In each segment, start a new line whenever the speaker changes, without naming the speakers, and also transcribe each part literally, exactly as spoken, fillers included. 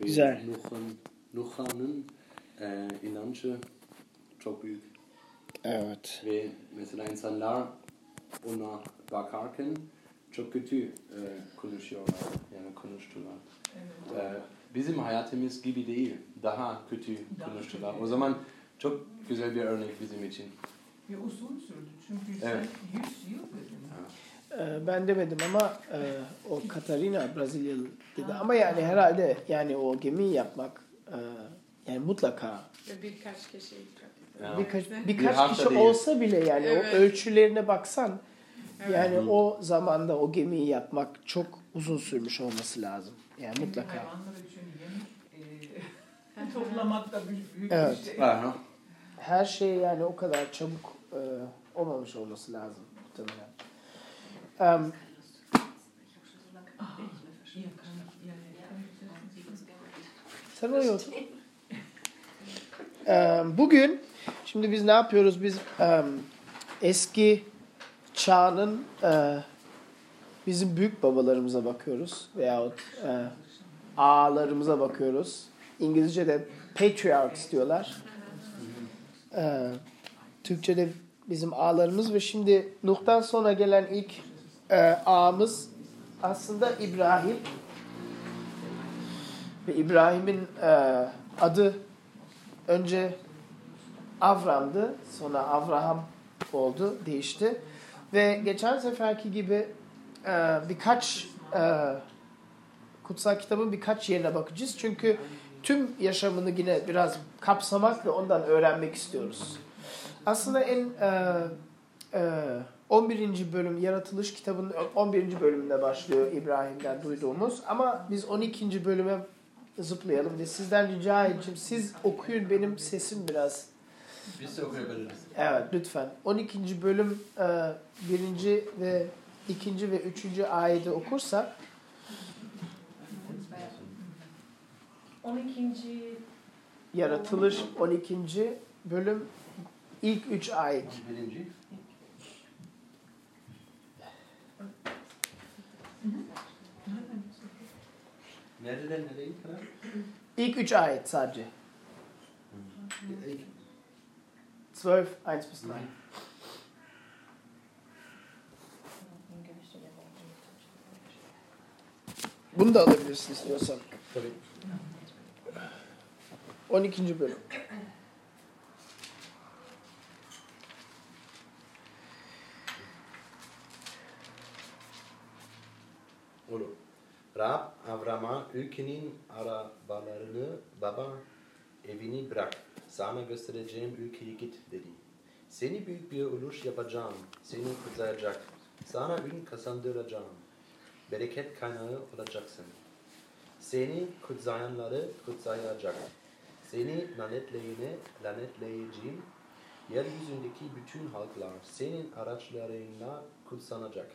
Güzel.
Nuh'ın e, inancı çok büyük.
Evet.
Ve mesela insanlar ona bakarken çok kötü e, konuşuyorlar. Yani konuştular. Evet. E, bizim hayatımız gibi değil. Daha kötü konuştular. O zaman çok güzel bir örnek bizim için.
Ve uzun sürdü. Çünkü
evet.
sen yüz yıl dedin.
Ee, ben demedim ama e, o Katarina Brezilyalı dedi. Ama yani herhalde yani o gemiyi yapmak e, yani mutlaka
Ve birkaç kişi
Ya.
birkaç,
Bir
birkaç kişi
değil.
olsa bile yani
Evet.
o ölçülerine baksan
Evet.
yani
Hı.
o zamanda o gemiyi yapmak çok uzun sürmüş olması lazım. Yani
Çünkü
mutlaka.
hayvanlar için yemek e, toplamak da büyük, büyük
Evet.
bir şey.
Aha.
Her şey yani o kadar çabuk e, olmamış olması lazım muhtemelen. Um, Sen uyuyorsun. Um, bugün şimdi biz ne yapıyoruz? Biz um, eski çağın e, bizim büyük babalarımıza bakıyoruz veyahut e, ağalarımıza bakıyoruz. İngilizce'de patriarchs diyorlar. E, Türkçe'de bizim ağalarımız ve şimdi Nuh'tan sonra gelen ilk e, ağamız aslında İbrahim. Ve İbrahim'in e, adı önce Avram'dı, sonra Avraham oldu, değişti. Ve geçen seferki gibi e, birkaç e, kutsal kitabın birkaç yerine bakacağız. Çünkü tüm yaşamını yine biraz kapsamak ve ondan öğrenmek istiyoruz. Aslında en e, e, on birinci bölüm Yaratılış kitabının on birinci bölümünde başlıyor İbrahim'den duyduğumuz. Ama biz on ikinci bölüme zıplayalım ve sizden rica edeceğim. Siz okuyun, benim sesim biraz.
Biz de okuyabiliriz.
Evet, lütfen. on ikinci bölüm e, birinci ve ikinci ve üçüncü ayeti okursak.
on ikinci
Yaratılış on ikinci bölüm ilk üç ayet.
Birinci. Nereden nereye kadar?
İlk üç ayet sadece. zwölf, eins bis drei. Bunu da alabilirsin istiyorsan.
Tabii.
on ikinci bölüm.
Olur. Rab Avram'a ülkenin arabalarını, baba evini bırak. Sana göstereceğim ülkeye git dedi. Seni büyük bir uluş yapacağım. Seni kutsayacak. Sana ün kazandıracağım. Bereket kaynağı olacaksın. Seni kutsayanları kutsayacak. Seni lanetleyene lanetleyeceğim. Yeryüzündeki bütün halklar senin araçlarıyla kutsanacak.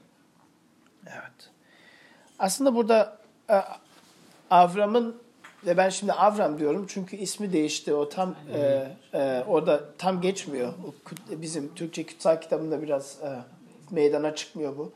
Evet. Aslında burada e, Avram'ın ve ben şimdi Avram diyorum çünkü ismi değişti. O tam e, e, orada tam geçmiyor. O, bizim Türkçe kutsal kitabında biraz e, meydana çıkmıyor bu.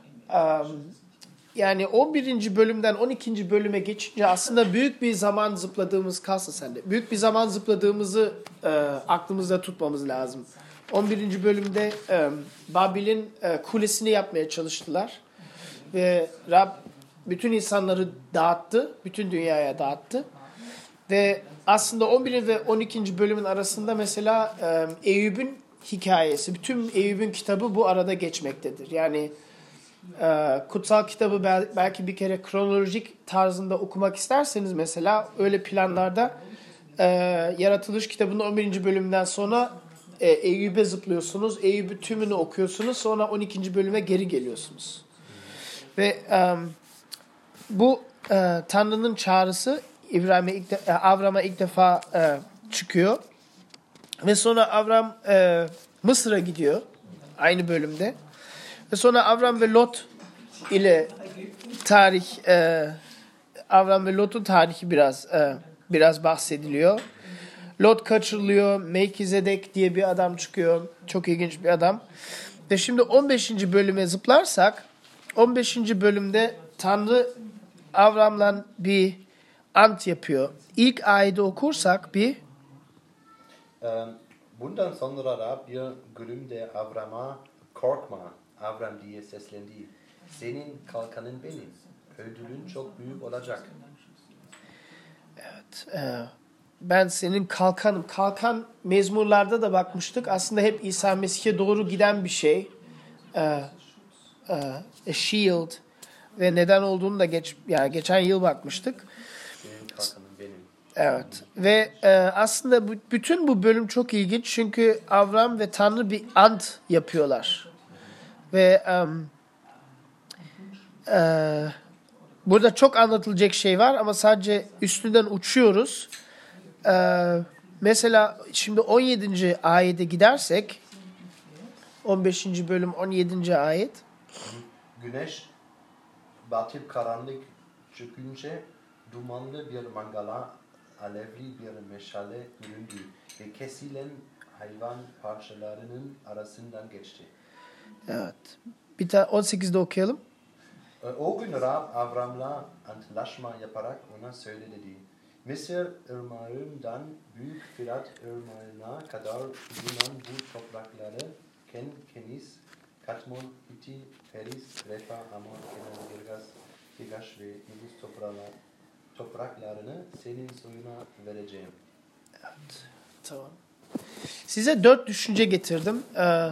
Um, yani on birinci bölümden on ikinci bölüme geçince aslında büyük bir zaman zıpladığımız kalsın sende. Büyük bir zaman zıpladığımızı e, aklımızda tutmamız lazım. on birinci bölümde e, Babil'in e, kulesini yapmaya çalıştılar. Ve Rab bütün insanları dağıttı. Bütün dünyaya dağıttı. Ve aslında on birinci ve on ikinci bölümün arasında mesela e, Eyüp'ün hikayesi, bütün Eyüp'ün kitabı bu arada geçmektedir. Yani e, kutsal kitabı belki bir kere kronolojik tarzında okumak isterseniz mesela öyle planlarda e, Yaratılış kitabının on birinci bölümünden sonra e, Eyüp'e zıplıyorsunuz. Eyüp'ü tümünü okuyorsunuz. Sonra on ikinci bölüme geri geliyorsunuz. Ve um, bu e, Tanrı'nın çağrısı İbrahim'e ilk de, e, Avram'a ilk defa e, çıkıyor. Ve sonra Avram e, Mısır'a gidiyor. Aynı bölümde. Ve sonra Avram ve Lot ile tarih e, Avram ve Lot'un tarihi biraz e, biraz bahsediliyor. Lot kaçırılıyor. Melkizedek diye bir adam çıkıyor. Çok ilginç bir adam. Ve şimdi on beşinci bölüme zıplarsak on beşinci bölümde Tanrı Avram'la bir ant yapıyor. İlk ayeti okursak bir
Ähm, bundan sonra da bir gülümde Avram'a korkma, Avram diye seslendi. Senin kalkanın benim. Ödülün çok büyük olacak.
Evet, e, ben senin kalkanım. Kalkan mezmurlarda da bakmıştık. Aslında hep İsa Mesih'e doğru giden bir şey. E, e, a shield ve neden olduğunu da geç, yani geçen yıl bakmıştık.
Senin kalkanın benim.
Evet ve e, aslında bu, bütün bu bölüm çok ilginç çünkü Avram ve Tanrı bir ant yapıyorlar. Ve um, e, burada çok anlatılacak şey var ama sadece üstünden uçuyoruz. E, mesela şimdi on yedinci ayete gidersek, on beşinci bölüm on yedinci ayet.
Güneş batıp karanlık çıkınca dumanlı bir mangala alevli bir meşale göründü ve kesilen hayvan parçalarının arasından geçti.
Evet. Bir tane on sekizde okuyalım.
O gün Rab Avram'la antlaşma yaparak ona söyle dedi. Mısır ırmağından Büyük Fırat ırmağına kadar uzanan bu toprakları Ken, Kenis, Katmon, Hitti, Peris, Refa, Amon, Kenan, Girgas, Higaş ve Yebus toprağlar, topraklarını senin soyuna vereceğim.
Evet. Tamam. Size dört düşünce getirdim. Ee,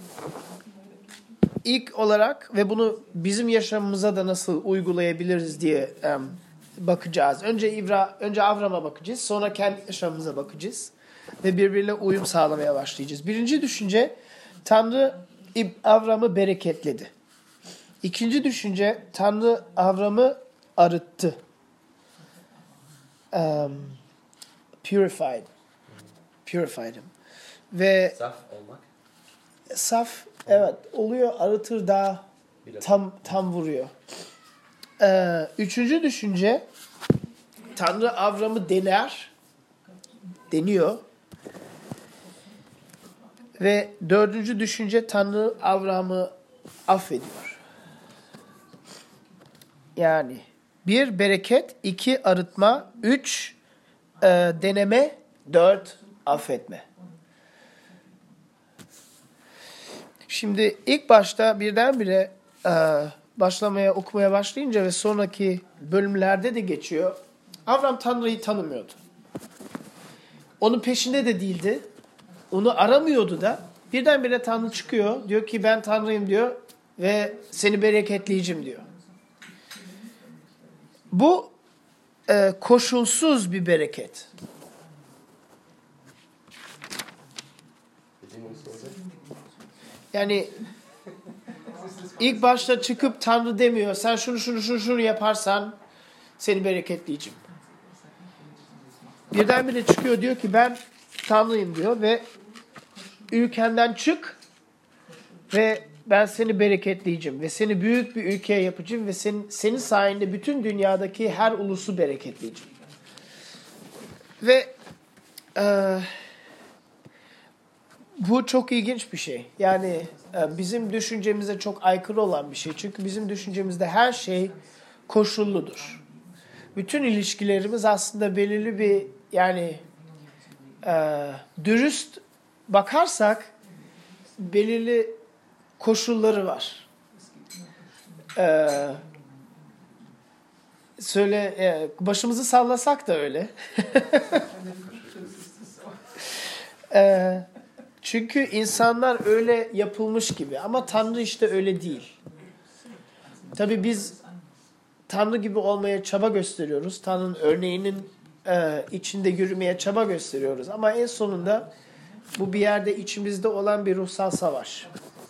ilk olarak ve bunu bizim yaşamımıza da nasıl uygulayabiliriz diye um, bakacağız. Önce İbra, önce Avram'a bakacağız. Sonra kendi yaşamımıza bakacağız. Ve birbirine uyum sağlamaya başlayacağız. Birinci düşünce, Tanrı Avram'ı bereketledi. İkinci düşünce, Tanrı Avram'ı arıttı. Um, purified. Purified him. Ve
Saf olmak.
saf, evet, oluyor, arıtır, daha tam tam vuruyor. Ee, üçüncü düşünce, Tanrı Avram'ı dener, deniyor. Ve dördüncü düşünce, Tanrı Avram'ı affediyor. Yani bir bereket, iki arıtma, üç e, deneme, dört affetme. Şimdi ilk başta birdenbire e, başlamaya, okumaya başlayınca ve sonraki bölümlerde de geçiyor. Avram Tanrı'yı tanımıyordu. Onun peşinde de değildi. Onu aramıyordu da. Birdenbire Tanrı çıkıyor. Diyor ki ben Tanrıyım diyor ve seni bereketleyeceğim diyor. Bu e, koşulsuz bir bereket. Yani ilk başta çıkıp Tanrı demiyor. Sen şunu şunu şunu şunu yaparsan seni bereketleyeceğim. Birdenbire çıkıyor, diyor ki ben Tanrıyım diyor ve ülkenden çık ve ben seni bereketleyeceğim ve seni büyük bir ülkeye yapacağım ve senin, senin sayende bütün dünyadaki her ulusu bereketleyeceğim. Ve e, bu çok ilginç bir şey. Yani e, bizim düşüncemize çok aykırı olan bir şey. Çünkü bizim düşüncemizde her şey koşulludur. Bütün ilişkilerimiz aslında belirli bir, yani e, dürüst bakarsak belirli koşulları var. E, söyle e, başımızı sallasak da öyle. e, çünkü insanlar öyle yapılmış gibi ama Tanrı işte öyle değil. Tabii biz Tanrı gibi olmaya çaba gösteriyoruz. Tanrı'nın örneğinin e, içinde yürümeye çaba gösteriyoruz. Ama en sonunda bu bir yerde içimizde olan bir ruhsal savaş.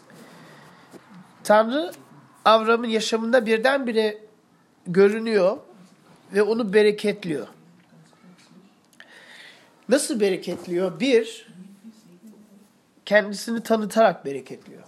Tanrı Avram'ın yaşamında birdenbire görünüyor ve onu bereketliyor. Nasıl bereketliyor? Bir, kendisini tanıtarak bereketliyor.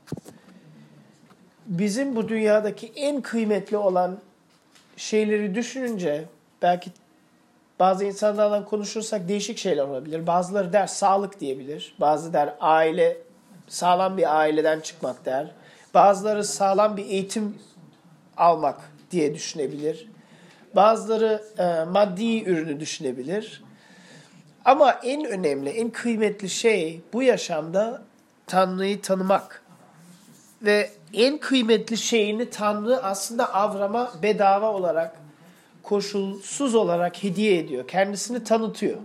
Bizim bu dünyadaki en kıymetli olan şeyleri düşününce belki bazı insanlarla konuşursak değişik şeyler olabilir. Bazıları der sağlık diyebilir. Bazı der aile, sağlam bir aileden çıkmak der. Bazıları sağlam bir eğitim almak diye düşünebilir. Bazıları e, maddi ürünü düşünebilir. Ama en önemli, en kıymetli şey bu yaşamda Tanrı'yı tanımak. Ve en kıymetli şeyini Tanrı aslında Avram'a bedava olarak, koşulsuz olarak hediye ediyor. Kendisini tanıtıyor.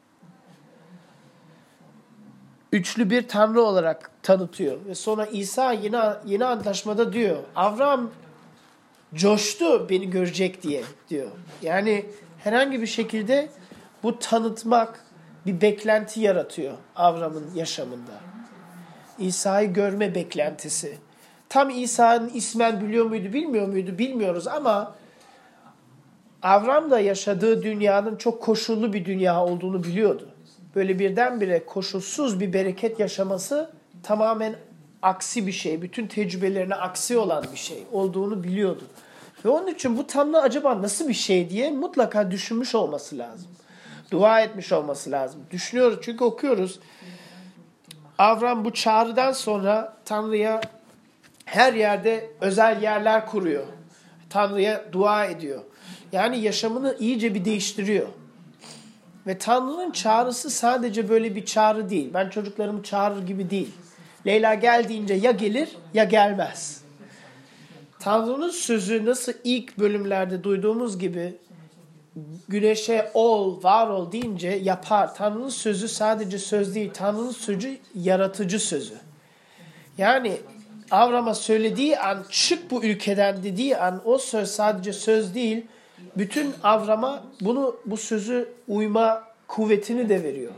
Üçlü bir Tanrı olarak tanıtıyor. Ve sonra İsa yeni, yeni antlaşmada diyor, Avram coştu beni görecek diye diyor. Yani herhangi bir şekilde bu tanıtmak bir beklenti yaratıyor Avram'ın yaşamında. İsa'yı görme beklentisi. Tam İsa'nın ismen biliyor muydu, bilmiyor muydu bilmiyoruz ama Avram da yaşadığı dünyanın çok koşullu bir dünya olduğunu biliyordu. Böyle birdenbire koşulsuz bir bereket yaşaması tamamen aksi bir şey. Bütün tecrübelerine aksi olan bir şey olduğunu biliyordu. Ve onun için bu Tanrı acaba nasıl bir şey diye mutlaka düşünmüş olması lazım. Dua etmiş olması lazım. Düşünüyoruz çünkü okuyoruz. Avram bu çağrıdan sonra Tanrı'ya her yerde özel yerler kuruyor. Tanrı'ya dua ediyor. Yani yaşamını iyice bir değiştiriyor. Ve Tanrı'nın çağrısı sadece böyle bir çağrı değil. Ben çocuklarımı çağırır gibi değil. Leyla gel deyince ya gelir ya gelmez. Tanrı'nın sözü nasıl ilk bölümlerde duyduğumuz gibi güneşe ol, var ol deyince yapar. Tanrı'nın sözü sadece söz değil. Tanrı'nın sözü yaratıcı sözü. Yani Avram'a söylediği an çık bu ülkeden dediği an o söz sadece söz değil. Bütün Avram'a bunu bu sözü uyma kuvvetini de veriyor.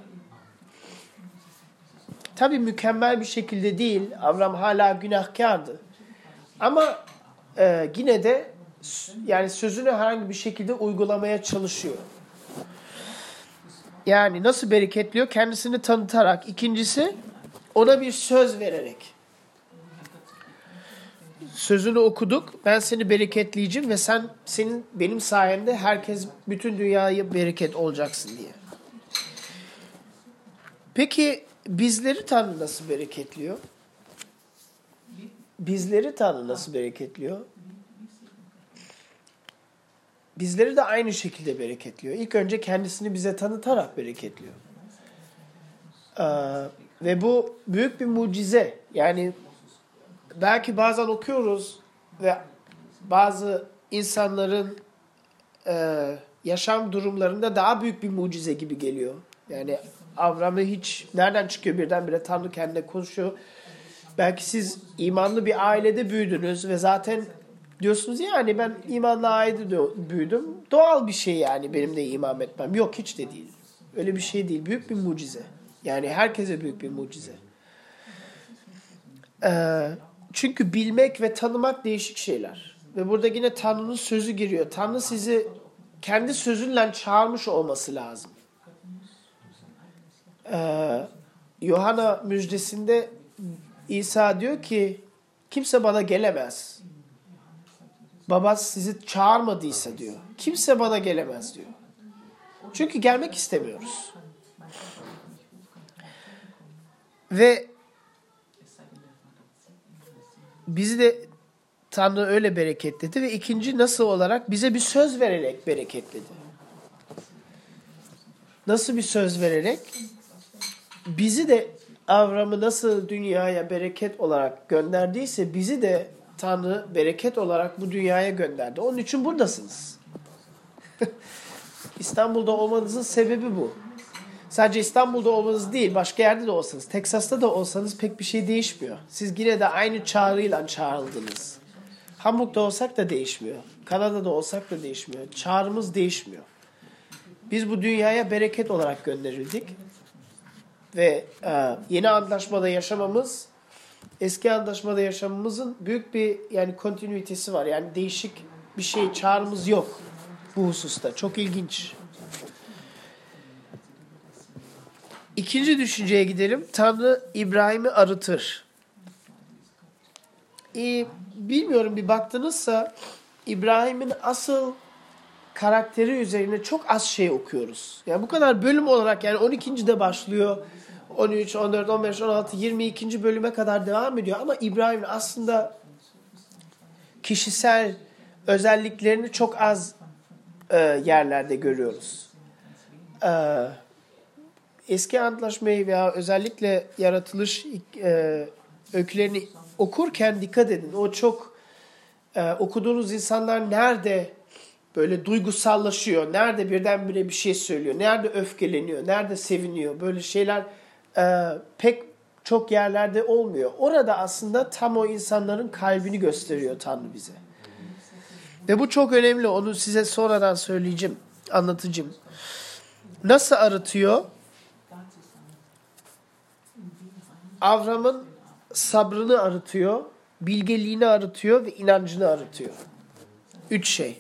Tabii mükemmel bir şekilde değil. Avram hala günahkardı. Ama e, yine de yani sözünü herhangi bir şekilde uygulamaya çalışıyor. Yani nasıl bereketliyor? Kendisini tanıtarak. İkincisi ona bir söz vererek. Sözünü okuduk. Ben seni bereketleyeceğim ve sen senin benim sayemde herkes bütün dünyaya bereket olacaksın diye. Peki bizleri Tanrı nasıl bereketliyor? Bizleri Tanrı nasıl bereketliyor? Bizleri de aynı şekilde bereketliyor. İlk önce kendisini bize tanıtarak bereketliyor. Ee, ve bu büyük bir mucize. Yani belki bazen okuyoruz ve bazı insanların e, yaşam durumlarında daha büyük bir mucize gibi geliyor. Yani Avram'ı hiç nereden çıkıyor birdenbire Tanrı kendine konuşuyor. Belki siz imanlı bir ailede büyüdünüz ve zaten diyorsunuz yani ben imanlı ailede büyüdüm. Doğal bir şey yani benim de iman etmem. Yok hiç de değil. Öyle bir şey değil. Büyük bir mucize. Yani herkese büyük bir mucize. Ee, çünkü bilmek ve tanımak değişik şeyler. Ve burada yine Tanrı'nın sözü giriyor. Tanrı sizi kendi sözünle çağırmış olması lazım. Ee, Yuhanna müjdesinde İsa diyor ki kimse bana gelemez. Baba sizi çağırmadıysa diyor. Kimse bana gelemez diyor. Çünkü gelmek istemiyoruz. Ve bizi de Tanrı öyle bereketledi ve ikinci nasıl olarak bize bir söz vererek bereketledi. Nasıl bir söz vererek? Bizi de Avram'ı nasıl dünyaya bereket olarak gönderdiyse bizi de Tanrı bereket olarak bu dünyaya gönderdi. Onun için buradasınız. İstanbul'da olmanızın sebebi bu. Sadece İstanbul'da olmanız değil, başka yerde de olsanız, Teksas'ta da olsanız pek bir şey değişmiyor. Siz yine de aynı çağrıyla çağrıldınız. Hamburg'da olsak da değişmiyor. Kanada'da olsak da değişmiyor. Çağrımız değişmiyor. Biz bu dünyaya bereket olarak gönderildik. Ve e, yeni antlaşmada yaşamamız, eski antlaşmada yaşamamızın büyük bir yani kontinüitesi var. Yani değişik bir şey, çağrımız yok bu hususta. Çok ilginç. İkinci düşünceye gidelim. Tanrı İbrahim'i arıtır. Ee, bilmiyorum bir baktınızsa İbrahim'in asıl karakteri üzerine çok az şey okuyoruz. Yani bu kadar bölüm olarak yani on ikincide başlıyor. on üç, on dört, on beş, on altı, yirmi ikinci bölüme kadar devam ediyor. Ama İbrahim'in aslında kişisel özelliklerini çok az e, yerlerde görüyoruz. E, eski antlaşmayı veya özellikle yaratılış e, öykülerini okurken dikkat edin. O çok e, okuduğunuz insanlar nerede böyle duygusallaşıyor, nerede birdenbire bir şey söylüyor, nerede öfkeleniyor, nerede seviniyor. Böyle şeyler e, pek çok yerlerde olmuyor. Orada aslında tam o insanların kalbini gösteriyor Tanrı bize. Ve bu çok önemli. Onu size sonradan söyleyeceğim, anlatacağım. Nasıl arıtıyor? Avram'ın sabrını arıtıyor, bilgeliğini arıtıyor ve inancını arıtıyor. Üç şey.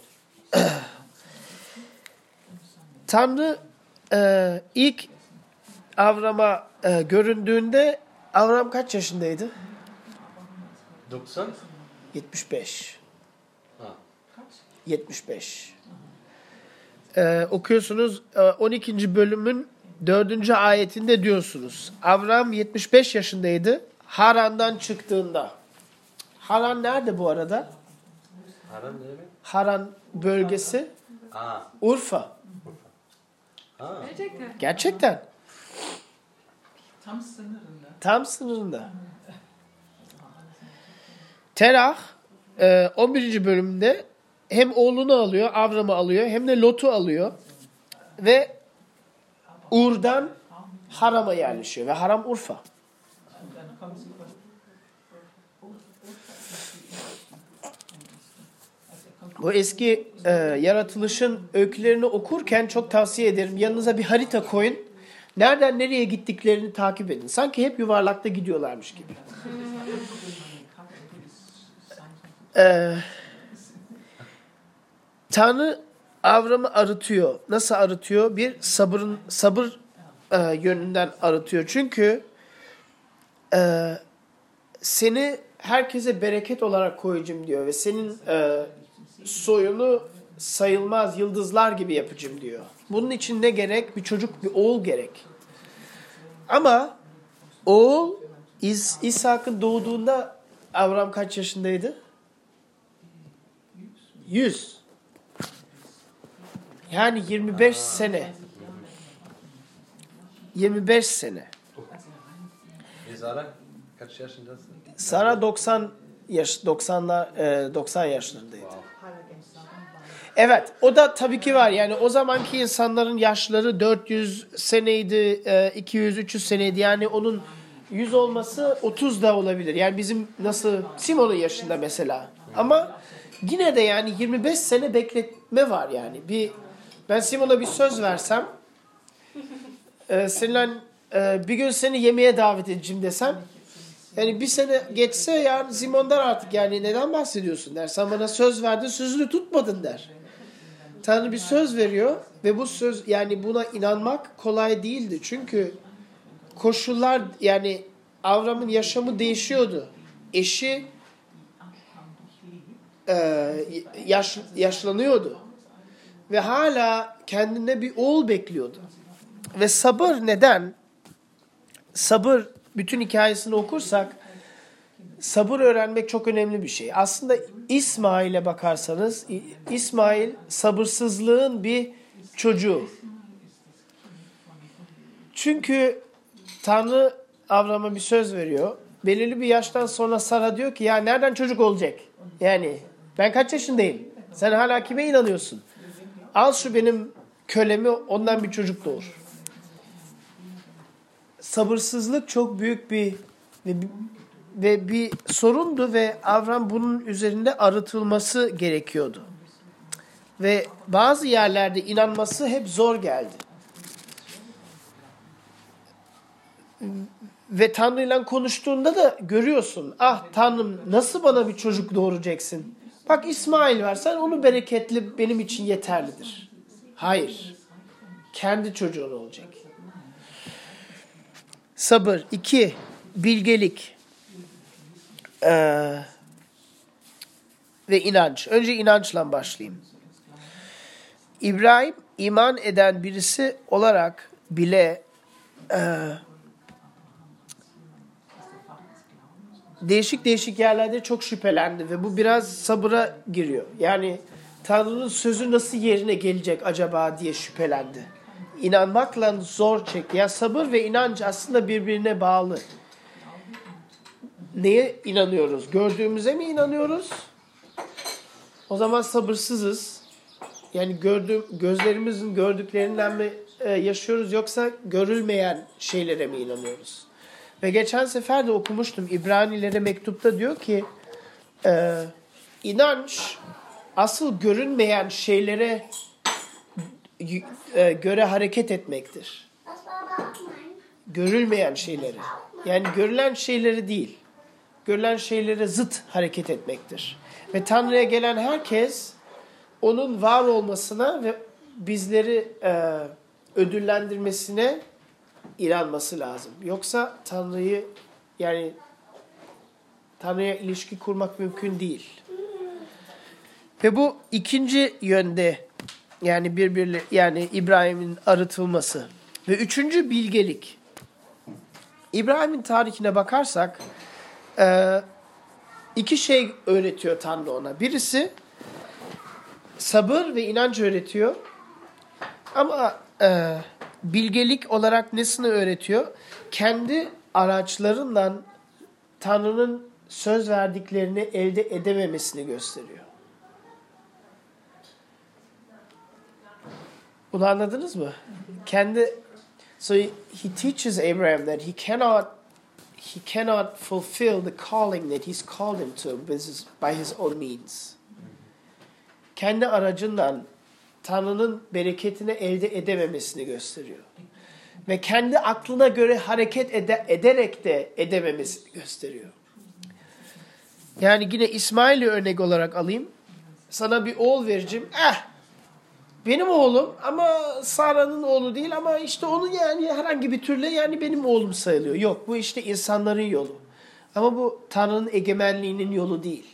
Tanrı e, ilk Avram'a e, göründüğünde Avram kaç yaşındaydı?
doksan?
yetmiş beş.
Ha.
yetmiş beş. Ee, okuyorsunuz on ikinci bölümün dördüncü ayetinde diyorsunuz. Avram yetmiş beş yaşındaydı Haran'dan çıktığında. Haran nerede bu arada?
Haran nere?
Haran bölgesi
Aa.
Urfa.
Ha.
Gerçekten.
Gerçekten.
Tam sınırında.
Tam sınırında. Terah e, on birinci bölümde hem oğlunu alıyor, Avram'ı alıyor, hem de Lot'u alıyor. Ve Ur'dan Haram'a yerleşiyor. Ve Haram Urfa. Bu eski e, yaratılışın öykülerini okurken çok tavsiye ederim. Yanınıza bir harita koyun. Nereden nereye gittiklerini takip edin. Sanki hep yuvarlakta gidiyorlarmış gibi. Ee, Tanrı Avram'ı arıtıyor. Nasıl arıtıyor? Bir sabırın sabır e, yönünden arıtıyor. Çünkü e, seni herkese bereket olarak koyacağım diyor ve senin e, soyunu sayılmaz yıldızlar gibi yapacağım diyor. Bunun için ne gerek? Bir çocuk, bir oğul gerek. Ama oğul İs İshak'ın doğduğunda Avram kaç yaşındaydı? yüz. Yani yirmi beş sene. yirmi beş sene.
Sara kaç yaşındasın?
Sara doksan yaş doksanlar doksan yaşlarındaydı. Evet, o da tabii ki var. Yani o zamanki insanların yaşları dört yüz seneydi, iki yüz üç yüz seneydi. Yani onun yüz olması otuz da olabilir. Yani bizim nasıl Simon'un yaşında mesela. Ama yine de yani yirmi beş sene bekletme var yani. Bir ben Simon'a bir söz versem, e, seninle e, bir gün seni yemeğe davet edeceğim desem, yani bir sene geçse yani Simon'dan artık yani neden bahsediyorsun der. Sen bana söz verdin, sözünü tutmadın der. Tanrı bir söz veriyor ve bu söz yani buna inanmak kolay değildi. Çünkü koşullar yani Avram'ın yaşamı değişiyordu. Eşi e, yaş, yaşlanıyordu. Ve hala kendine bir oğul bekliyordu. Ve sabır neden? Sabır bütün hikayesini okursak sabır öğrenmek çok önemli bir şey. Aslında İsmail'e bakarsanız İsmail sabırsızlığın bir çocuğu. Çünkü Tanrı Avram'a bir söz veriyor. Belirli bir yaştan sonra Sara diyor ki ya nereden çocuk olacak? Yani ben kaç yaşındayım? Sen hala kime inanıyorsun? Al şu benim kölemi ondan bir çocuk doğur. Sabırsızlık çok büyük bir ve, ve bir sorundu ve Avram bunun üzerinde arıtılması gerekiyordu. Ve bazı yerlerde inanması hep zor geldi. Ve Tanrı ile konuştuğunda da görüyorsun. Ah Tanrım nasıl bana bir çocuk doğuracaksın? Bak İsmail versen onu bereketli benim için yeterlidir. Hayır. Kendi çocuğun olacak. Sabır. İki, bilgelik. Ee, ve inanç. Önce inançla başlayayım. İbrahim iman eden birisi olarak bile e, değişik değişik yerlerde çok şüphelendi ve bu biraz sabıra giriyor. Yani Tanrı'nın sözü nasıl yerine gelecek acaba diye şüphelendi. İnanmakla zor çekti. Yani sabır ve inanç aslında birbirine bağlı. Neye inanıyoruz? Gördüğümüze mi inanıyoruz? O zaman sabırsızız. Yani gördüğüm, gözlerimizin gördüklerinden mi e, yaşıyoruz yoksa görülmeyen şeylere mi inanıyoruz? Ve geçen sefer de okumuştum. İbranilere mektupta diyor ki e, inanç asıl görünmeyen şeylere e, göre hareket etmektir. Görülmeyen şeyleri. Yani görülen şeyleri değil. Görülen şeylere zıt hareket etmektir. Ve Tanrı'ya gelen herkes onun var olmasına ve bizleri e, ödüllendirmesine inanması lazım. Yoksa Tanrı'yı yani Tanrı'ya ilişki kurmak mümkün değil. Ve bu ikinci yönde yani birbirle yani İbrahim'in arıtılması. Ve üçüncü bilgelik. İbrahim'in tarihine bakarsak e, iki şey öğretiyor Tanrı ona. Birisi sabır ve inanç öğretiyor. Ama e, bilgelik olarak nesini öğretiyor? Kendi araçlarından Tanrı'nın söz verdiklerini elde edememesini gösteriyor. Bunu anladınız mı? Kendi so he teaches Abraham that he cannot he cannot fulfill the calling that he's called him to by his own means. Kendi aracından Tanrı'nın bereketini elde edememesini gösteriyor. Ve kendi aklına göre hareket ede, ederek de edememesini gösteriyor. Yani yine İsmail'i örnek olarak alayım. Sana bir oğul vereceğim. Eh, benim oğlum ama Sara'nın oğlu değil ama işte onun yani herhangi bir türlü yani benim oğlum sayılıyor. Yok, bu işte insanların yolu. Ama bu Tanrı'nın egemenliğinin yolu değil.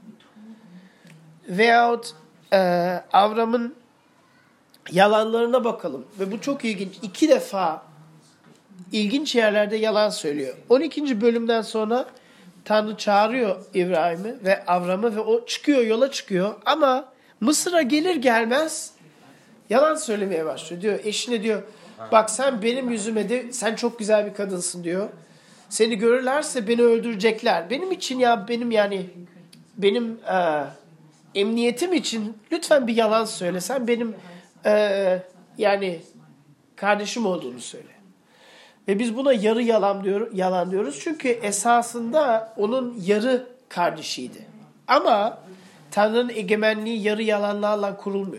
Veyahut e, Avram'ın yalanlarına bakalım. Ve bu çok ilginç. İki defa ilginç yerlerde yalan söylüyor. on ikinci bölümden sonra Tanrı çağırıyor İbrahim'i ve Avram'ı ve o çıkıyor, yola çıkıyor. Ama Mısır'a gelir gelmez yalan söylemeye başlıyor. Diyor, eşine diyor, bak sen benim yüzüme de sen çok güzel bir kadınsın diyor. Seni görürlerse beni öldürecekler. Benim için ya benim yani benim e, emniyetim için lütfen bir yalan söyle. Sen benim e, yani kardeşim olduğunu söyle. Ve biz buna yarı yalan, diyor, yalan diyoruz. Çünkü esasında onun yarı kardeşiydi. Ama Tanrı'nın egemenliği yarı yalanlarla kurulmuyor.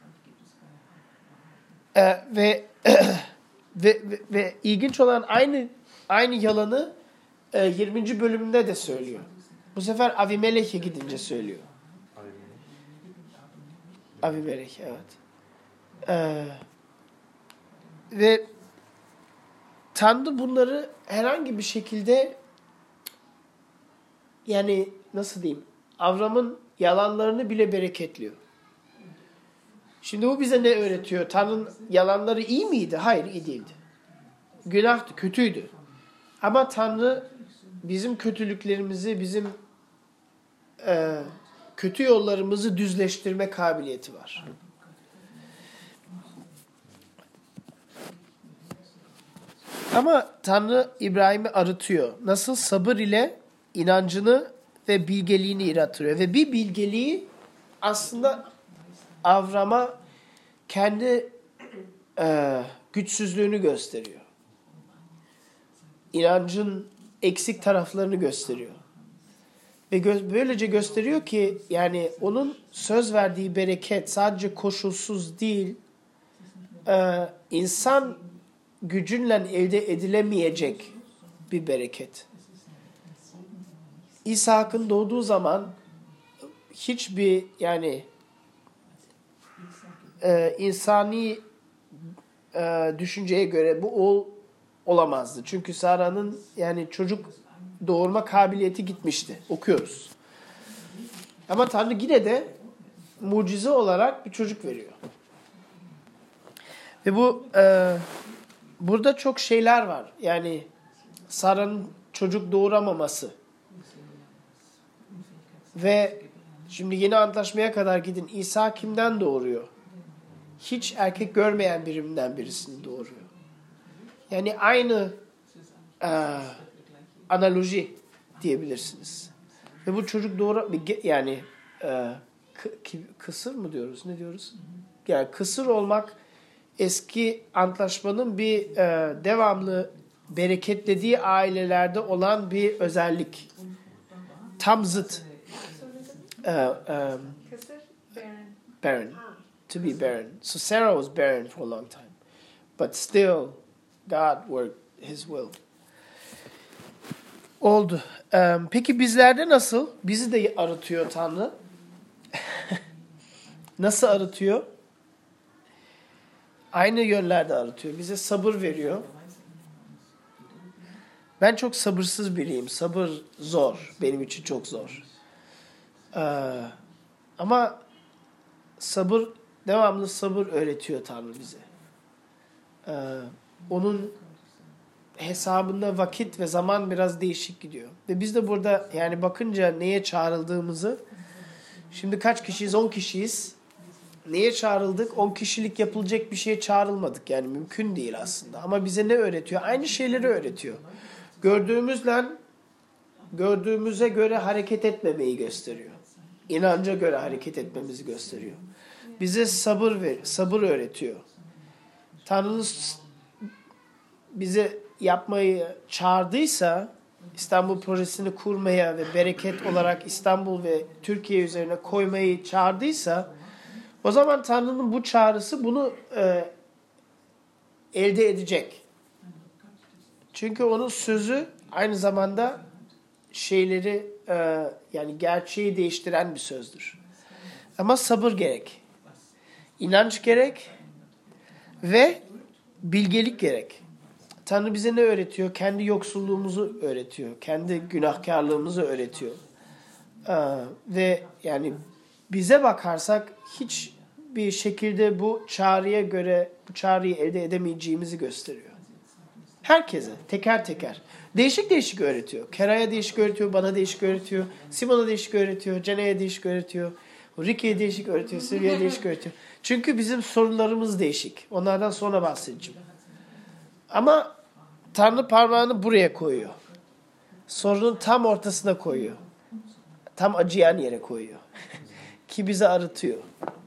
Ee, ve, ve, ve ve ilginç olan aynı aynı yalanı e, yirminci bölümünde de söylüyor. Bu sefer Avimelek'e gidince söylüyor. Avimelek, evet. Ee, ve Tanrı bunları herhangi bir şekilde yani nasıl diyeyim Avram'ın yalanlarını bile bereketliyor. Şimdi bu bize ne öğretiyor? Tanrı'nın yalanları iyi miydi? Hayır, iyi değildi. Günahtı, kötüydü. Ama Tanrı bizim kötülüklerimizi, bizim e, kötü yollarımızı düzleştirme kabiliyeti var. Ama Tanrı İbrahim'i arıtıyor. Nasıl? Sabır ile inancını ve bilgeliğini iratıyor. Ve bir bilgeliği aslında Avram'a kendi e, güçsüzlüğünü gösteriyor. İnancın eksik taraflarını gösteriyor. Ve gö- böylece gösteriyor ki yani onun söz verdiği bereket sadece koşulsuz değil, e, insan gücünle elde edilemeyecek bir bereket. İshak'ın doğduğu zaman hiçbir yani e, insani e, düşünceye göre bu oğul olamazdı. Çünkü Sara'nın yani çocuk doğurma kabiliyeti gitmişti. Okuyoruz. Ama Tanrı yine de mucize olarak bir çocuk veriyor. Ve bu e, burada çok şeyler var. Yani Sara'nın çocuk doğuramaması. Ve Şimdi yeni antlaşmaya kadar gidin. İsa kimden doğuruyor? Hiç erkek görmeyen birinden birisini doğuruyor. Yani aynı e, analoji diyebilirsiniz. Ve bu çocuk doğru yani e, kısır mı diyoruz? Ne diyoruz? Yani kısır olmak eski antlaşmanın bir e, devamlı bereketlediği ailelerde olan bir özellik. Tam zıt. E, e,
Kısır, barren.
barren. To be barren. So Sarah was barren for a long time. But still God worked his will. Oldu. E, peki bizlerde nasıl? Bizi de arıtıyor Tanrı. Nasıl arıtıyor? Aynı yönlerde arıtıyor. Bize sabır veriyor. Ben çok sabırsız biriyim. Sabır zor. Benim için çok zor. Ee, ama sabır, devamlı sabır öğretiyor Tanrı bize. Ee, onun hesabında vakit ve zaman biraz değişik gidiyor. Ve biz de burada yani bakınca neye çağrıldığımızı, şimdi kaç kişiyiz? on kişiyiz. Neye çağrıldık? on kişilik yapılacak bir şeye çağrılmadık. Yani mümkün değil aslında. Ama bize ne öğretiyor? Aynı şeyleri öğretiyor. Gördüğümüzle gördüğümüze göre hareket etmemeyi gösteriyor. İnanca göre hareket etmemizi gösteriyor. Bize sabır ver, sabır öğretiyor. Tanrı'nın bize yapmayı çağırdıysa, İstanbul projesini kurmaya ve bereket olarak İstanbul ve Türkiye üzerine koymayı çağırdıysa, o zaman Tanrı'nın bu çağrısı bunu e, elde edecek. Çünkü onun sözü aynı zamanda şeyleri e, yani gerçeği değiştiren bir sözdür. Ama sabır gerek. İnanç gerek ve bilgelik gerek. Tanrı bize ne öğretiyor? Kendi yoksulluğumuzu öğretiyor. Kendi günahkarlığımızı öğretiyor. Ee, ve yani bize bakarsak hiç bir şekilde bu çağrıya göre bu çağrıyı elde edemeyeceğimizi gösteriyor. Herkese, teker teker. Değişik değişik öğretiyor. Kera'ya değişik öğretiyor, bana değişik öğretiyor, Simon'a değişik öğretiyor, Cene'ye değişik öğretiyor, Ricky'ye değişik öğretiyor, Sylvia'ya değişik öğretiyor. Çünkü bizim sorunlarımız değişik. Onlardan sonra bahsedeceğim. Ama Tanrı parmağını buraya koyuyor. Sorunun tam ortasına koyuyor. Tam acıyan yere koyuyor. Ki bizi arıtıyor.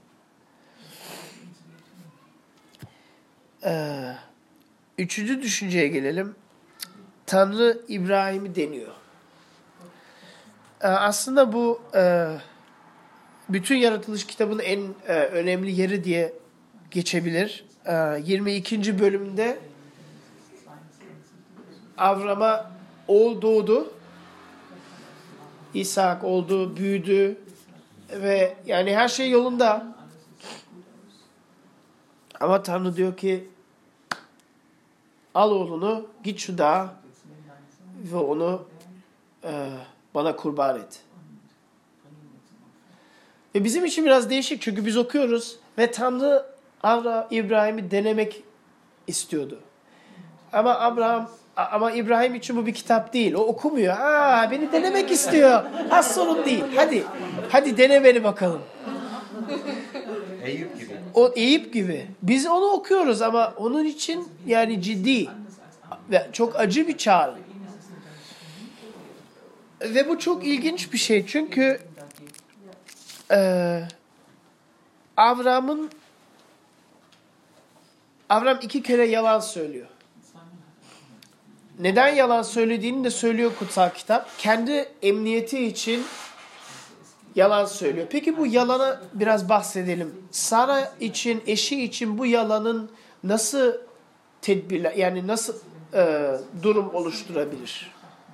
Ee, üçüncü düşünceye gelelim. Tanrı İbrahim'i deniyor. Ee, aslında bu e, bütün yaratılış kitabının en e, önemli yeri diye geçebilir. Ee, yirmi ikinci bölümde Avram'a oğul doğdu. İshak oldu, büyüdü ve yani her şey yolunda. Ama Tanrı diyor ki al oğlunu, git şu dağa ve onu e, bana kurban et. Ve bizim için biraz değişik çünkü biz okuyoruz ve Tanrı Avram İbrahim'i denemek istiyordu. Ama Abraham Ama İbrahim için bu bir kitap değil. O okumuyor. Aa, beni denemek istiyor. Az sorun değil. Hadi. Hadi dene beni bakalım.
Eyüp gibi.
O Eyüp gibi. Biz onu okuyoruz ama onun için yani ciddi ve çok acı bir çağrı. Ve bu çok ilginç bir şey. Çünkü e, Avram'ın Avram iki kere yalan söylüyor. Neden yalan söylediğini de söylüyor kutsal kitap. Kendi emniyeti için yalan söylüyor. Peki bu yalana biraz bahsedelim. Sara için, eşi için bu yalanın nasıl tedbirler, yani nasıl e, durum oluşturabilir?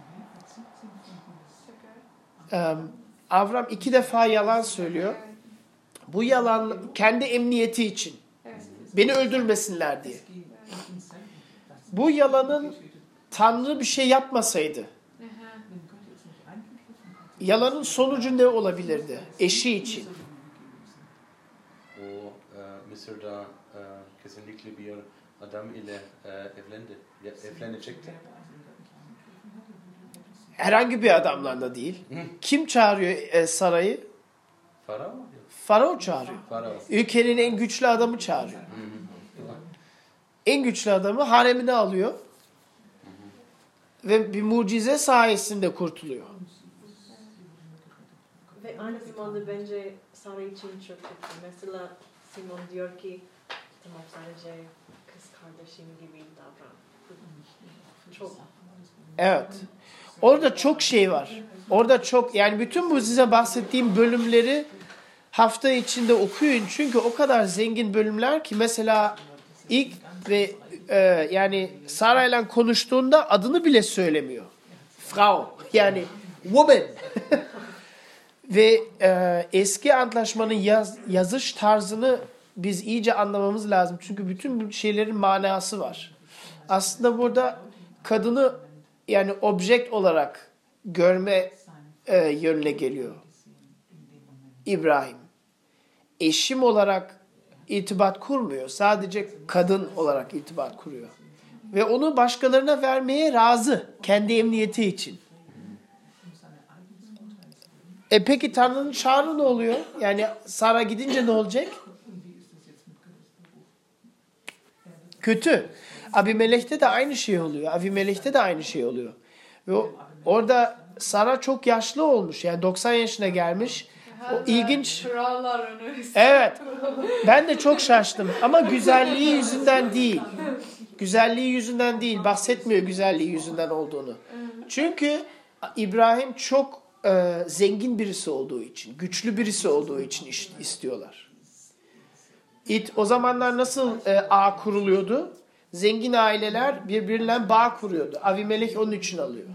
E, Avram iki defa yalan söylüyor. Bu yalan kendi emniyeti için. Beni öldürmesinler diye. Bu yalanın Tanrı bir şey yapmasaydı, yalanın sonucu ne olabilirdi eşi için?
O e, Mısır'da e, kesinlikle bir adam ile e, evlendi, evlenecekti.
Herhangi bir adamla da değil. Kim çağırıyor e, Sara'yı?
Farao?
Farao çağırıyor.
Farao.
Ülkenin en güçlü adamı çağırıyor. En güçlü adamı haremine alıyor. Ve bir mucize sayesinde kurtuluyor.
Ve aynı zamanda bence Sara için çok kötü. Mesela Simon diyor ki tamam sadece kız kardeşim gibi davran. Çok.
Evet. Orada çok şey var. Orada çok, yani bütün bu size bahsettiğim bölümleri hafta içinde okuyun. Çünkü o kadar zengin bölümler ki mesela ilk ve e, yani Sara ile konuştuğunda adını bile söylemiyor. Frau, yani woman. Ve e, eski antlaşmanın yaz, yazış tarzını biz iyice anlamamız lazım. Çünkü bütün bu şeylerin manası var. Aslında burada kadını yani objekt olarak görme e, yönüne geliyor İbrahim. Eşim olarak irtibat kurmuyor. Sadece kadın olarak irtibat kuruyor. Ve onu başkalarına vermeye razı. Kendi emniyeti için. E peki Tanrı'nın çağrı ne oluyor? Yani Sara gidince ne olacak? Kötü. Abimelek'te de aynı şey oluyor. Abimelek'te de aynı şey oluyor. Ve o, orada Sara çok yaşlı olmuş. Yani doksan yaşına gelmiş. O ilginç.
Krallar önü.
Evet. Ben de çok şaştım. Ama güzelliği yüzünden değil. Güzelliği yüzünden değil. Bahsetmiyor güzelliği yüzünden olduğunu. Çünkü İbrahim çok e, zengin birisi olduğu için, güçlü birisi olduğu için iş, istiyorlar. İt, o zamanlar nasıl e, ağ kuruluyordu? Zengin aileler birbirinden bağ kuruyordu. Avimelek onun için alıyor.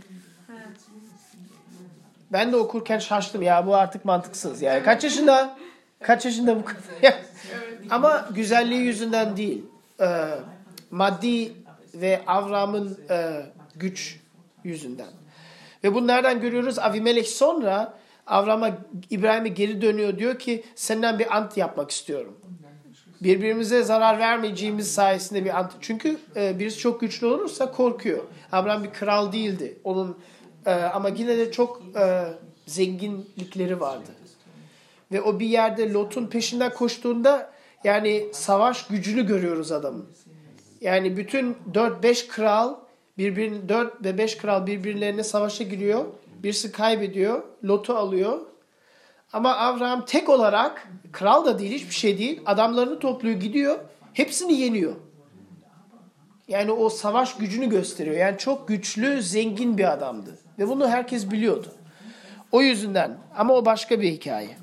Ben de okurken şaştım ya, bu artık mantıksız. Yani kaç yaşında? Kaç yaşında bu kadar? Ama güzelliği yüzünden değil. Ee, maddi ve Avram'ın e, güç yüzünden. Ve bunu nereden görüyoruz? Avimelek sonra Avram'a, İbrahim'e geri dönüyor. Diyor ki senden bir ant yapmak istiyorum. Birbirimize zarar vermeyeceğimiz sayesinde bir ant. Çünkü e, birisi çok güçlü olursa korkuyor. Avram bir kral değildi. Onun e, ama yine de çok e, zenginlikleri vardı. Ve o bir yerde Lot'un peşinden koştuğunda yani savaş gücünü görüyoruz adamın. Yani bütün dört beş kral birbirini dört ve beş kral birbirlerine savaşa giriyor. Birisi kaybediyor. Lot'u alıyor. Ama Avram tek olarak kral da değil, hiçbir şey değil. Adamlarını topluyor, gidiyor. Hepsini yeniyor. Yani o savaş gücünü gösteriyor. Yani çok güçlü, zengin bir adamdı. Ve bunu herkes biliyordu. O yüzünden. Ama o başka bir hikaye.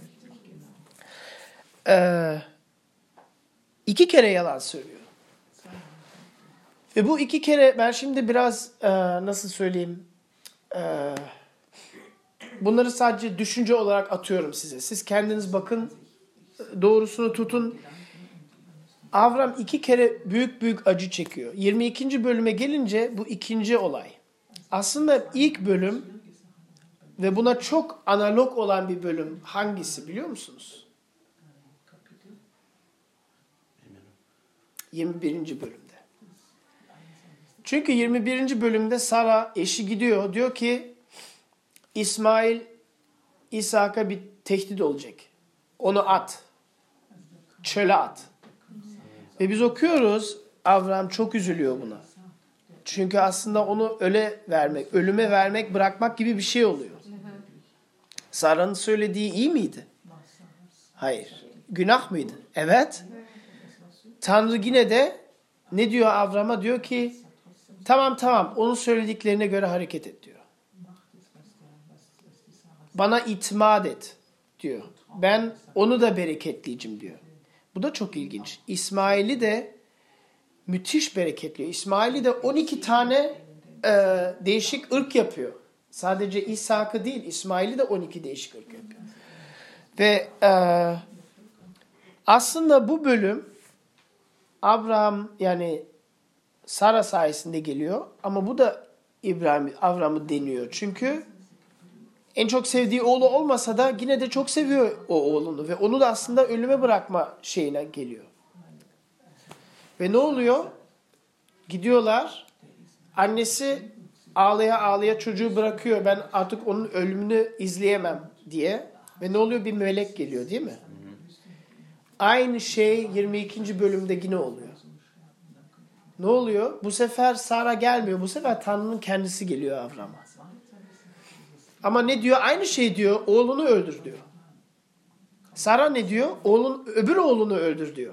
Ee, iki kere yalan söylüyor. Ve bu iki kere ben şimdi biraz e, nasıl söyleyeyim e, bunları sadece düşünce olarak atıyorum size. Siz kendiniz bakın, doğrusunu tutun. Avram iki kere büyük büyük acı çekiyor. yirmi ikinci bölüme gelince bu ikinci olay. Aslında ilk bölüm ve buna çok analog olan bir bölüm hangisi biliyor musunuz? yirmi birinci bölümde. Çünkü yirmi birinci bölümde Sara eşi gidiyor. Diyor ki İsmail İshak'a bir tehdit olacak. Onu at. Çöle at. Ve biz okuyoruz. Avram çok üzülüyor buna. Çünkü aslında onu öle vermek, ölüme vermek, bırakmak gibi bir şey oluyor. Sara'nın söylediği iyi miydi? Hayır. Günah mıydı? Evet. Tanrı yine de ne diyor Avram'a? Diyor ki tamam tamam onun söylediklerine göre hareket et diyor. Bana itimat et diyor. Ben onu da bereketleyeceğim diyor. Bu da çok ilginç. İsmail'i de müthiş bereketliyor. İsmail'i de on iki tane e, değişik ırk yapıyor. Sadece İshak'ı değil, İsmail'i de on iki değişik ırk yapıyor. Ve e, aslında bu bölüm Abraham yani Sara sayesinde geliyor. Ama bu da İbrahim, Avram'ı deniyor. Çünkü en çok sevdiği oğlu olmasa da yine de çok seviyor o oğlunu. Ve onu da aslında ölüme bırakma şeyine geliyor. Ve ne oluyor? Gidiyorlar. Annesi ağlaya ağlaya çocuğu bırakıyor. Ben artık onun ölümünü izleyemem diye. Ve ne oluyor? Bir melek geliyor değil mi? Aynı şey yirmi ikinci bölümde yine oluyor. Ne oluyor? Bu sefer Sara gelmiyor. Bu sefer Tanrı'nın kendisi geliyor Avram'a. Ama ne diyor? Aynı şey diyor. Oğlunu öldür diyor. Sara ne diyor? Oğlun, öbür oğlunu öldür diyor.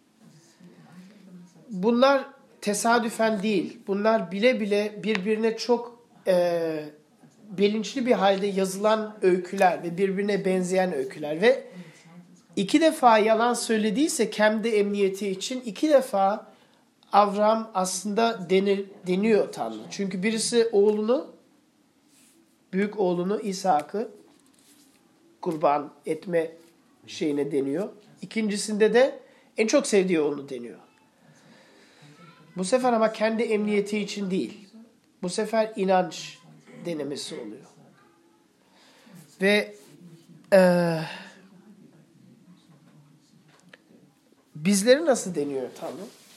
Bunlar tesadüfen değil. Bunlar bile bile birbirine çok e, bilinçli bir halde yazılan öyküler ve birbirine benzeyen öyküler. Ve iki defa yalan söylediyse kendi emniyeti için iki defa Avram aslında denir, deniyor Tanrı. Çünkü birisi oğlunu, büyük oğlunu İshak'ı kurban etme şeyine deniyor. İkincisinde de en çok sevdiği oğlunu deniyor. Bu sefer ama kendi emniyeti için değil. Bu sefer inanç denemesi oluyor. Ve e, bizleri nasıl deniyor Tanrı?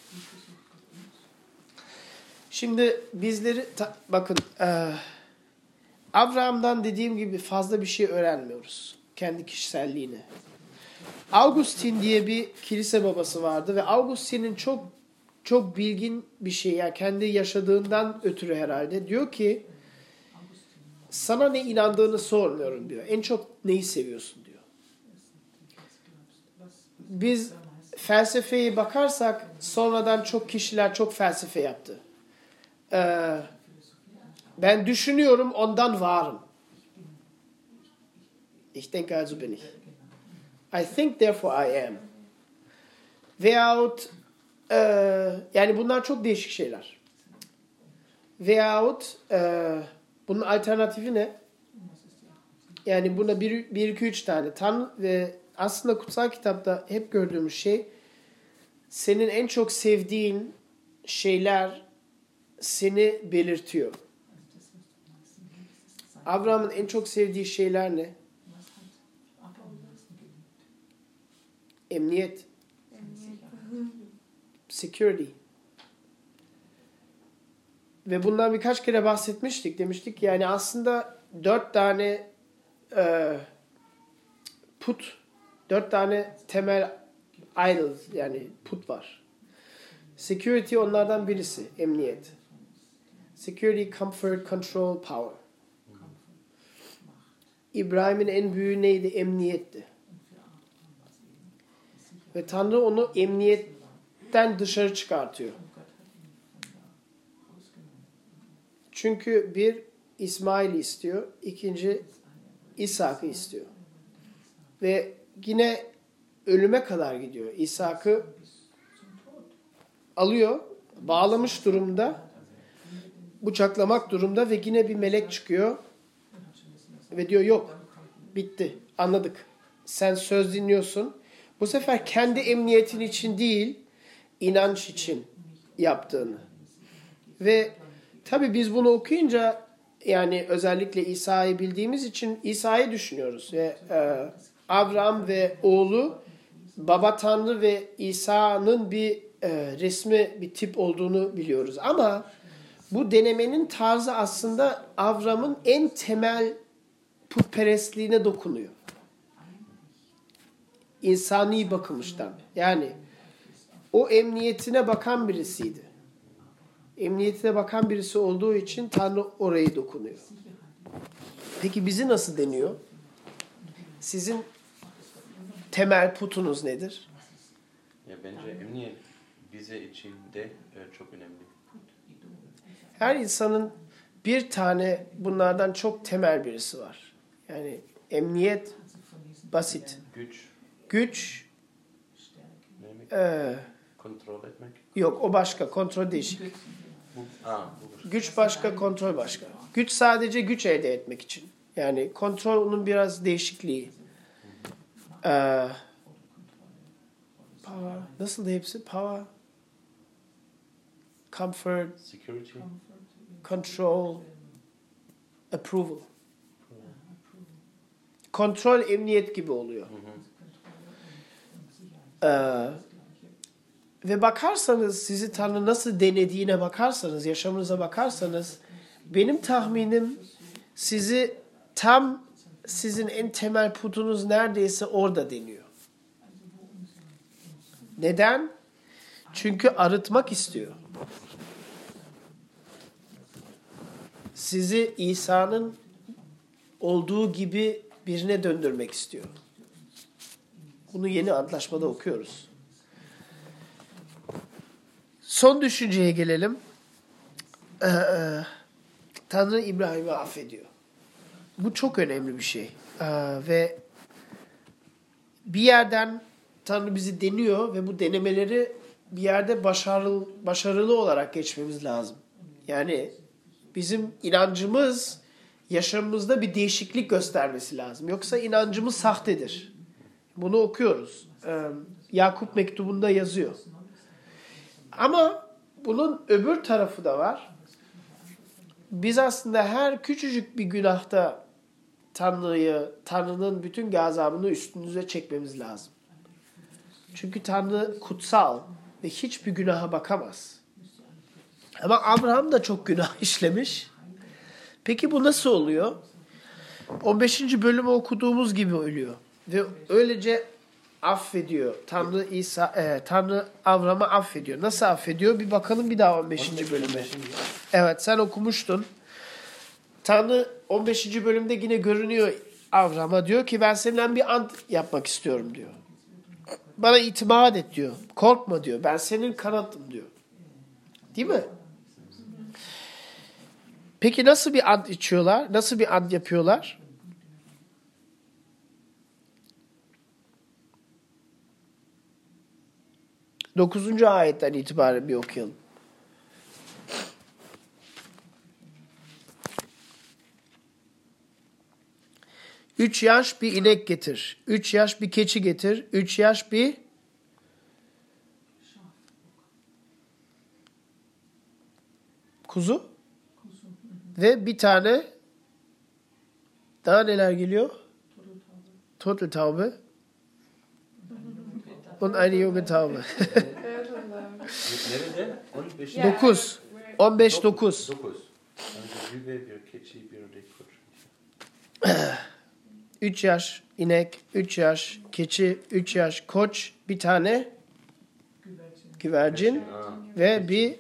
Şimdi bizleri ta, bakın e, Abraham'dan dediğim gibi fazla bir şey öğrenmiyoruz. Kendi kişiselliğini. Augustin diye bir kilise babası vardı ve Augustin'in çok çok bilgin bir şey, yani kendi yaşadığından ötürü herhalde diyor ki sana ne inandığını sormuyorum diyor. En çok neyi seviyorsun diyor. Biz felsefeye bakarsak sonradan çok kişiler çok felsefe yaptı. Ee, ben düşünüyorum ondan varım. Ich denke also bin ich. I think therefore I am. Veyahut e, yani bunlar çok değişik şeyler. Veyahut e, bunun alternatifi ne? Yani buna bir, bir iki üç tane. Tanrı ve aslında kutsal kitapta hep gördüğümüz şey senin en çok sevdiğin şeyler seni belirtiyor. Abraham'ın en çok sevdiği şeyler ne? Emniyet. Security. Ve bundan birkaç kere bahsetmiştik. Demiştik yani aslında dört tane e, put, dört tane temel idols yani put var. Security onlardan birisi. Emniyet. Security, comfort, control, power. İbrahim'in en büyüğü neydi? Emniyetti. Ve Tanrı onu emniyetten dışarı çıkartıyor. Çünkü bir İsmail'i istiyor, ikinci İshak'ı istiyor. Ve yine ölüme kadar gidiyor. İshak'ı alıyor, bağlamış durumda, bıçaklamak durumda ve yine bir melek çıkıyor ve diyor yok, bitti, anladık. Sen söz dinliyorsun. Bu sefer kendi emniyetin için değil, inanç için yaptığını. Ve tabii biz bunu okuyunca yani özellikle İsa'yı bildiğimiz için İsa'yı düşünüyoruz. Ve e, Abraham ve oğlu Baba Tanrı ve İsa'nın bir e, resmi, bir tip olduğunu biliyoruz. Ama bu denemenin tarzı aslında Abraham'ın en temel putperestliğine dokunuyor. İnsani bakılmıştan. Yani o emniyetine bakan birisiydi. Emniyetine bakan birisi olduğu için Tanrı orayı dokunuyor. Peki bizi nasıl deniyor? Sizin temel putunuz nedir?
Ya bence emniyet bize için de e, çok önemli.
Her insanın bir tane bunlardan çok temel birisi var. Yani emniyet basit.
Güç.
Güç
Demek,
e,
kontrol etmek.
yok o başka. Kontrol değişik.
Bu, aa, bu
Güç başka, kontrol başka. Güç sadece güç elde etmek için. Yani kontrol onun biraz değişikliği. Ee, power. Nasıl da hepsi? Power, comfort,
security.
control, approval. Kontrol, emniyet gibi oluyor. Ee, ve bakarsanız sizi Tanrı nasıl denediğine bakarsanız, yaşamınıza bakarsanız benim tahminim sizi tam sizin en temel putunuz neredeyse orada deniyor. Neden? Çünkü arıtmak istiyor. Sizi İsa'nın olduğu gibi birine döndürmek istiyor. Bunu yeni antlaşmada okuyoruz. Son düşünceye gelelim. Ee, Tanrı İbrahim'i affediyor. Bu çok önemli bir şey. Ee, ve bir yerden Tanrı bizi deniyor ve bu denemeleri bir yerde başarılı, başarılı olarak geçmemiz lazım. Yani bizim inancımız yaşamımızda bir değişiklik göstermesi lazım. Yoksa inancımız sahtedir. Bunu okuyoruz. Ee, Yakup mektubunda yazıyor. Ama bunun öbür tarafı da var. Biz aslında her küçücük bir günahta Tanrı'yı, Tanrı'nın bütün gazabını üstümüze çekmemiz lazım. Çünkü Tanrı kutsal ve hiçbir günaha bakamaz. Ama Abraham da çok günah işlemiş. Peki bu nasıl oluyor? on beşinci bölümü okuduğumuz gibi ölüyor. Ve öylece affediyor. Tanrı İsa, e, Tanrı Abraham'ı affediyor. Nasıl affediyor? Bir bakalım bir daha on beşinci bölüme. Evet, sen okumuştun. Tanrı on beşinci bölümde yine görünüyor Abraham'a, diyor ki ben seninle bir ant yapmak istiyorum diyor. Bana itimat et diyor. Korkma diyor. Ben senin kanatım diyor. Değil mi? Peki nasıl bir ant içiyorlar? Nasıl bir ant yapıyorlar? Dokuzuncu ayetten itibaren bir okuyalım. Üç yaş bir inek getir. Üç yaş bir keçi getir. Üç yaş bir kuzu. Ve bir tane daha neler geliyor? Turteltaube. Und eine junge Taube.
Nerede? on beş.
Dokuz. On beş dokuz.
Dokuz. Yani bir bir keçi, bir de koç.
Üç yaş inek, üç yaş keçi, üç yaş koç, bir tane güvercin ve bir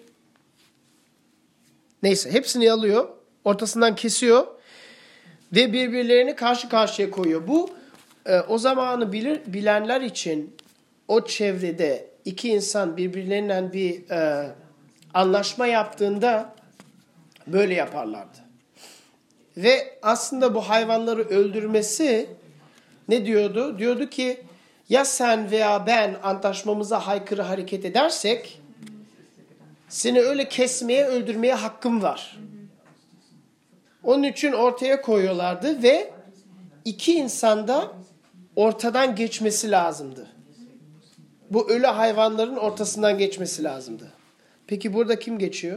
neyse hepsini alıyor. Ortasından kesiyor ve birbirlerini karşı karşıya koyuyor. Bu e, o zamanı bilir, bilenler için o çevrede iki insan birbirlerinden bir e, anlaşma yaptığında böyle yaparlardı. Ve aslında bu hayvanları öldürmesi ne diyordu? Diyordu ki ya sen veya ben antlaşmamıza aykırı hareket edersek seni öyle kesmeye, öldürmeye hakkım var. Onun için ortaya koyuyorlardı ve iki insanda ortadan geçmesi lazımdı. Bu ölü hayvanların ortasından geçmesi lazımdı. Peki burada kim geçiyor?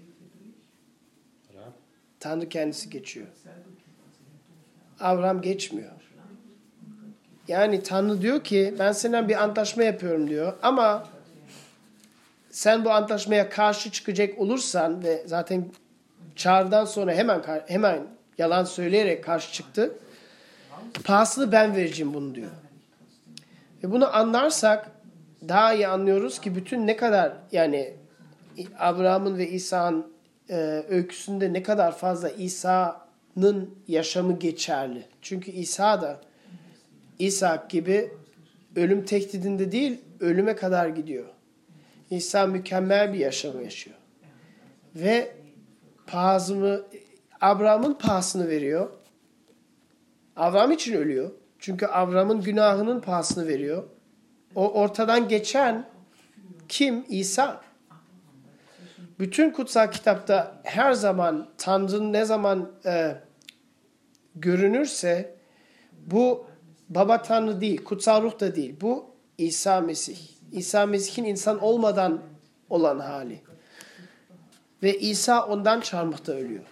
Tanrı kendisi geçiyor. Abraham geçmiyor. Yani Tanrı diyor ki ben seninle bir antlaşma yapıyorum diyor ama sen bu antlaşmaya karşı çıkacak olursan ve zaten çağrıdan sonra hemen hemen yalan söyleyerek karşı çıktı. Pahasını ben vereceğim bunu diyor. Ve bunu anlarsak daha iyi anlıyoruz ki bütün ne kadar yani Abraham'ın ve İsa'nın e, öyküsünde ne kadar fazla İsa'nın yaşamı geçerli. Çünkü İsa da İsa gibi ölüm tehdidinde değil ölüme kadar gidiyor. İsa mükemmel bir yaşam yaşıyor. Ve pahasını Abraham'ın pahasını veriyor. Abraham için ölüyor. Çünkü Abraham'ın günahının pahasını veriyor. O ortadan geçen kim? İsa. Bütün kutsal kitapta her zaman Tanrı'nın ne zaman e, görünürse bu Baba Tanrı değil, kutsal ruh da değil. Bu İsa Mesih. İsa Mesih'in insan olmadan olan hali. Ve İsa ondan çarmıhta ölüyor.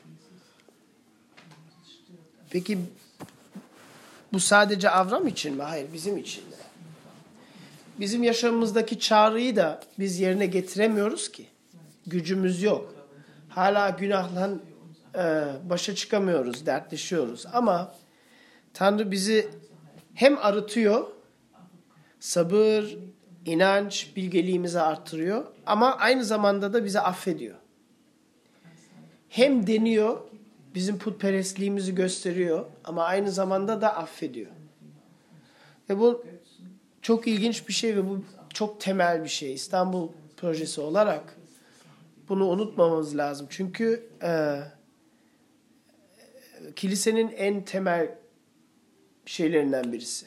Peki bu sadece Abraham için mi? Hayır, bizim için de. Bizim yaşamımızdaki çağrıyı da biz yerine getiremiyoruz ki. Gücümüz yok. Hala günahla e, başa çıkamıyoruz, dertleşiyoruz. Ama Tanrı bizi hem arıtıyor, sabır, inanç, bilgeliğimizi arttırıyor ama aynı zamanda da bizi affediyor. Hem deniyor, bizim putperestliğimizi gösteriyor ama aynı zamanda da affediyor. Ve bu çok ilginç bir şey ve bu çok temel bir şey. İstanbul projesi olarak bunu unutmamamız lazım. Çünkü e, kilisenin en temel şeylerinden birisi.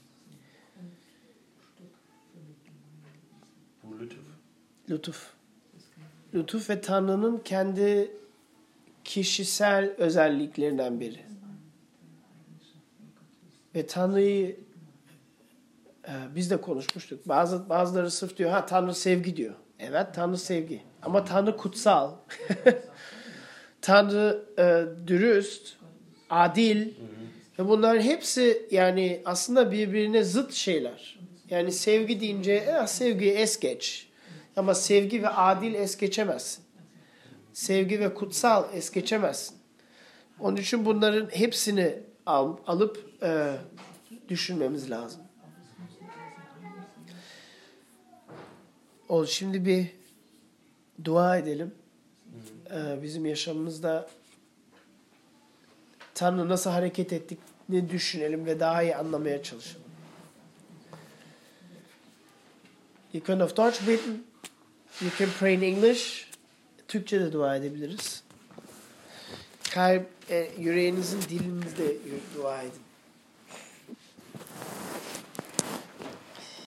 Bu lütuf.
Lütuf. Lütuf ve Tanrı'nın kendi kişisel özelliklerinden biri. Ve Tanrı'yı e, biz de konuşmuştuk. Bazı bazıları sırf diyor, ha Tanrı sevgi diyor. Evet, Tanrı sevgi. Ama Tanrı kutsal. Tanrı e, dürüst, adil. Ve bunların hepsi yani aslında birbirine zıt şeyler. Yani sevgi deyince e, sevgiyi es geç. Ama sevgi ve adil es geçemezsin. Sevgi ve kutsal es geçemezsin. Onun için bunların hepsini al, alıp e, düşünmemiz lazım. O şimdi bir dua edelim. Ee, bizim yaşamımızda Tanrı nasıl hareket ettiğini düşünelim ve daha iyi anlamaya çalışalım. You can auf Deutsch beten. You can pray in English. Türkçe de dua edebiliriz. Kalp, e, yüreğinizin dilinizde dua edin.